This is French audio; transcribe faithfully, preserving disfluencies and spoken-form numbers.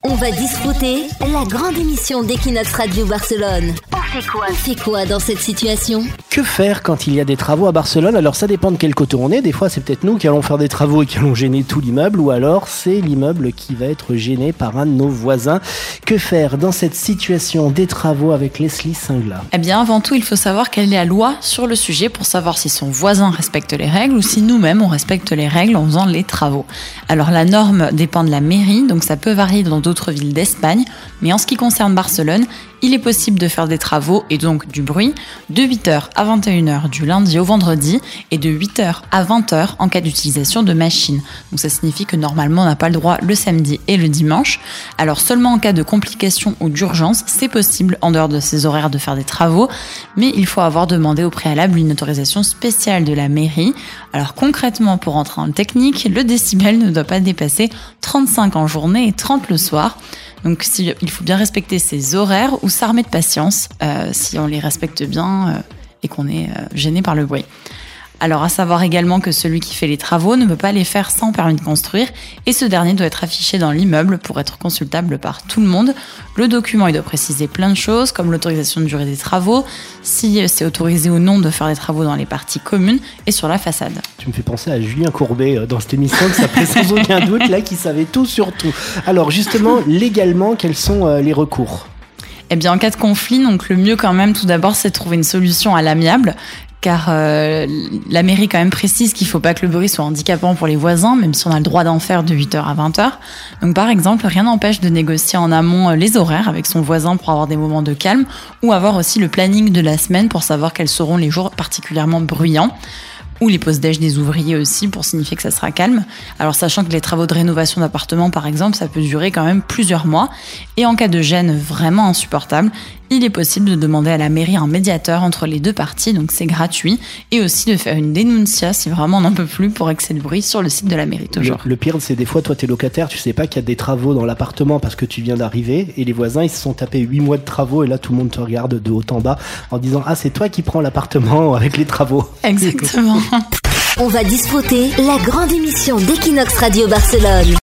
On va discuter la grande émission d'Equinox Radio Barcelone. On fait quoi On fait quoi dans cette situation ? Que faire quand il y a des travaux à Barcelone ? Alors ça dépend de quel côté on est. Des fois c'est peut-être nous qui allons faire des travaux et qui allons gêner tout l'immeuble, ou alors c'est l'immeuble qui va être gêné par un de nos voisins. Que faire dans cette situation des travaux avec Leslie Singla ? Eh bien avant tout il faut savoir quelle est la loi sur le sujet pour savoir si son voisin respecte les règles ou si nous-mêmes on respecte les règles en faisant les travaux. Alors la norme dépend de la mairie, donc ça peut varier dans d'autres villes d'Espagne, mais en ce qui concerne Barcelone, il est possible de faire des travaux et donc du bruit de huit heures à vingt et une heures du lundi au vendredi et de huit heures à vingt heures en cas d'utilisation de machines. Donc ça signifie que normalement on n'a pas le droit le samedi et le dimanche. Alors seulement en cas de complications ou d'urgence, c'est possible en dehors de ces horaires de faire des travaux, mais il faut avoir demandé au préalable une autorisation spéciale de la mairie. Alors concrètement, pour rentrer en technique, le décibel ne doit pas dépasser trente-cinq en journée et trente le soir. Donc si, il faut bien respecter ces horaires ou s'armer de patience euh, si on les respecte bien euh, et qu'on est euh, gêné par le bruit. Alors à savoir également que celui qui fait les travaux ne peut pas les faire sans permis de construire et ce dernier doit être affiché dans l'immeuble pour être consultable par tout le monde. Le document il doit préciser plein de choses comme l'autorisation de durée des travaux, si c'est autorisé ou non de faire des travaux dans les parties communes et sur la façade. Tu me fais penser à Julien Courbet dans cette émission qui s'appelait sans aucun doute, là qui savait tout sur tout. Alors justement, légalement, quels sont euh, les recours ? Eh bien en cas de conflit, donc le mieux quand même tout d'abord c'est de trouver une solution à l'amiable. Car euh, la mairie quand même précise qu'il ne faut pas que le bruit soit handicapant pour les voisins, même si on a le droit d'en faire de huit heures à vingt heures. Donc par exemple, rien n'empêche de négocier en amont les horaires avec son voisin pour avoir des moments de calme, ou avoir aussi le planning de la semaine pour savoir quels seront les jours particulièrement bruyants, ou les pauses déj des ouvriers aussi pour signifier que ça sera calme. Alors sachant que les travaux de rénovation d'appartements par exemple, ça peut durer quand même plusieurs mois, et en cas de gêne vraiment insupportable, il est possible de demander à la mairie un médiateur entre les deux parties, donc c'est gratuit, et aussi de faire une dénoncia si vraiment on n'en peut plus pour excès de bruit sur le site de la mairie toujours. Le, le pire, c'est des fois, toi t'es locataire, tu sais pas qu'il y a des travaux dans l'appartement parce que tu viens d'arriver, et les voisins ils se sont tapés huit mois de travaux, et là tout le monde te regarde de haut en bas en disant « Ah, c'est toi qui prends l'appartement avec les travaux ». Exactement. On va discuter la grande émission d'Equinox Radio Barcelone.